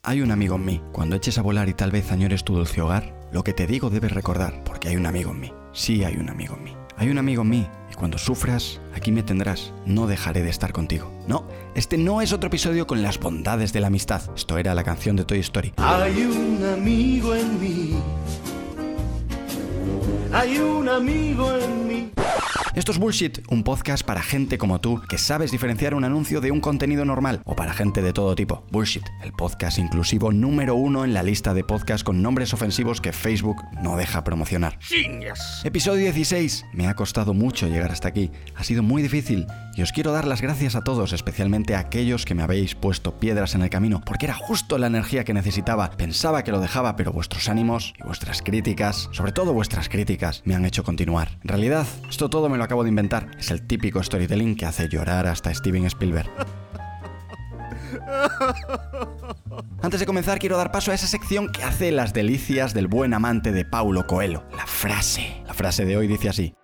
Hay un amigo en mí. Cuando eches a volar y tal vez añores tu dulce hogar, lo que te digo debes recordar, porque hay un amigo en mí. Sí hay un amigo en mí. Hay un amigo en mí, y cuando sufras, aquí me tendrás. No dejaré de estar contigo. No, este no es otro episodio con las bondades de la amistad. Esto era la canción de Toy Story. Hay un amigo en mí. Hay un amigo en mí. Esto es Bullshit, un podcast para gente como tú que sabes diferenciar un anuncio de un contenido normal o para gente de todo tipo. Bullshit, el podcast inclusivo número 1 en la lista de podcasts con nombres ofensivos que Facebook no deja promocionar. Genius. Episodio 16. Me ha costado mucho llegar hasta aquí. Ha sido muy difícil y os quiero dar las gracias a todos, especialmente a aquellos que me habéis puesto piedras en el camino, porque era justo la energía que necesitaba. Pensaba que lo dejaba, pero vuestros ánimos y vuestras críticas, sobre todo vuestras críticas, me han hecho continuar. En realidad, esto todo me lo acabo de inventar. Es el típico storytelling que hace llorar hasta Steven Spielberg. Antes de comenzar, quiero dar paso a esa sección que hace las delicias del buen amante de Paulo Coelho. La frase. La frase de hoy dice así: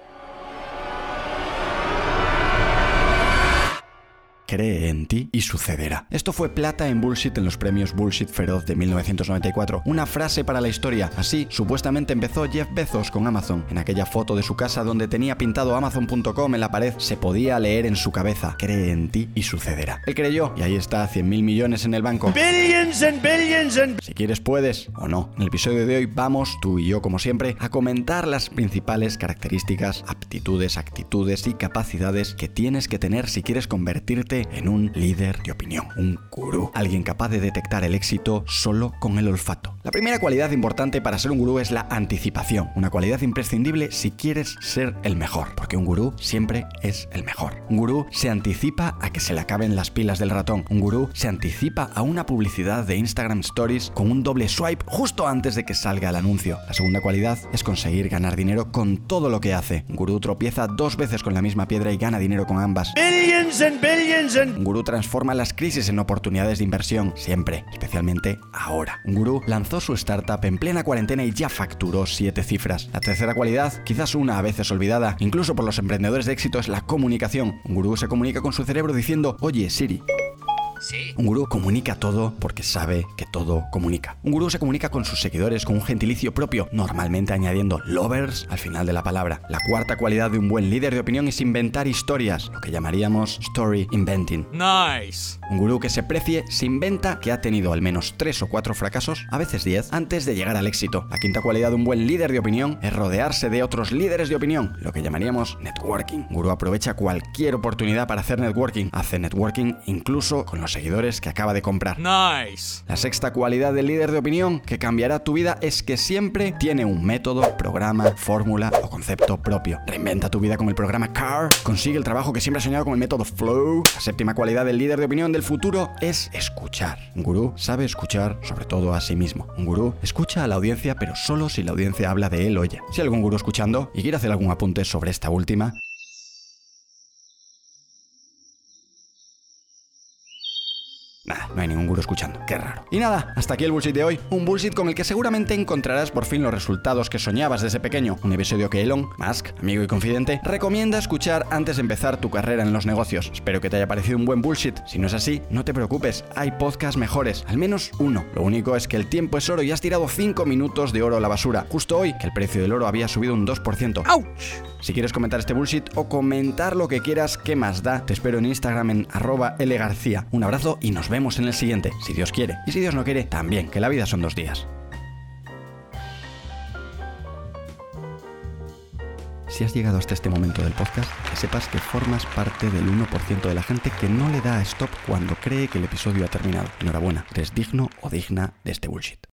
cree en ti y sucederá. Esto fue plata en Bullshit en los premios Bullshit Feroz de 1994. Una frase para la historia. Así, supuestamente empezó Jeff Bezos con Amazon. En aquella foto de su casa donde tenía pintado Amazon.com en la pared, se podía leer en su cabeza: cree en ti y sucederá. Él creyó y ahí está, 100.000 millones en el banco. Billions and billions and... Si quieres puedes, o no. En el episodio de hoy vamos, tú y yo como siempre, a comentar las principales características, aptitudes, actitudes y capacidades que tienes que tener si quieres convertirte en un líder de opinión, un gurú, alguien capaz de detectar el éxito solo con el olfato. La primera cualidad importante para ser un gurú es la anticipación, una cualidad imprescindible si quieres ser el mejor, porque un gurú siempre es el mejor. Un gurú se anticipa a que se le acaben las pilas del ratón. Un gurú se anticipa a una publicidad de Instagram Stories con un doble swipe justo antes de que salga el anuncio. La segunda cualidad es conseguir ganar dinero con todo lo que hace. Un gurú tropieza 2 veces con la misma piedra y gana dinero con ambas. Billions and billions and... Un gurú transforma las crisis en oportunidades de inversión, siempre, especialmente ahora. Un gurú lanzó su startup en plena cuarentena y ya facturó 7 cifras. La tercera cualidad, quizás una a veces olvidada, incluso por los emprendedores de éxito, es la comunicación. Un gurú se comunica con su cerebro diciendo: oye, Siri. Sí. Un gurú comunica todo porque sabe que todo comunica. Un gurú se comunica con sus seguidores con un gentilicio propio, normalmente añadiendo lovers al final de la palabra. La cuarta cualidad de un buen líder de opinión es inventar historias, lo que llamaríamos story inventing. Nice. Un gurú que se precie se inventa que ha tenido al menos 3 o 4 fracasos, a veces 10, antes de llegar al éxito. La quinta cualidad de un buen líder de opinión es rodearse de otros líderes de opinión, lo que llamaríamos networking. Un gurú aprovecha cualquier oportunidad para hacer networking. Hace networking incluso con los seguidores que acaba de comprar. Nice. La sexta cualidad del líder de opinión que cambiará tu vida es que siempre tiene un método, programa, fórmula o concepto propio. Reinventa tu vida con el programa CAR. Consigue el trabajo que siempre has soñado con el método Flow. La séptima cualidad del líder de opinión del futuro es escuchar. Un gurú sabe escuchar, sobre todo a sí mismo. Un gurú escucha a la audiencia, pero solo si la audiencia habla de él o ella. Si hay algún gurú escuchando y quiere hacer algún apunte sobre esta última, nada, no hay ningún gurú escuchando. Qué raro. Y nada, hasta aquí el bullshit de hoy. Un bullshit con el que seguramente encontrarás por fin los resultados que soñabas desde pequeño. Un episodio que Elon Musk, amigo y confidente, recomienda escuchar antes de empezar tu carrera en los negocios. Espero que te haya parecido un buen bullshit. Si no es así, no te preocupes. Hay podcasts mejores. Al menos uno. Lo único es que el tiempo es oro y has tirado 5 minutos de oro a la basura. Justo hoy, que el precio del oro había subido un 2%. ¡Auch! Si quieres comentar este bullshit o comentar lo que quieras, ¿qué más da? Te espero en Instagram en @lgarcia. Un abrazo y nos vemos en el siguiente, si Dios quiere. Y si Dios no quiere, también, que la vida son 2 días. Si has llegado hasta este momento del podcast, que sepas que formas parte del 1% de la gente que no le da a stop cuando cree que el episodio ha terminado. Enhorabuena, eres digno o digna de este bullshit.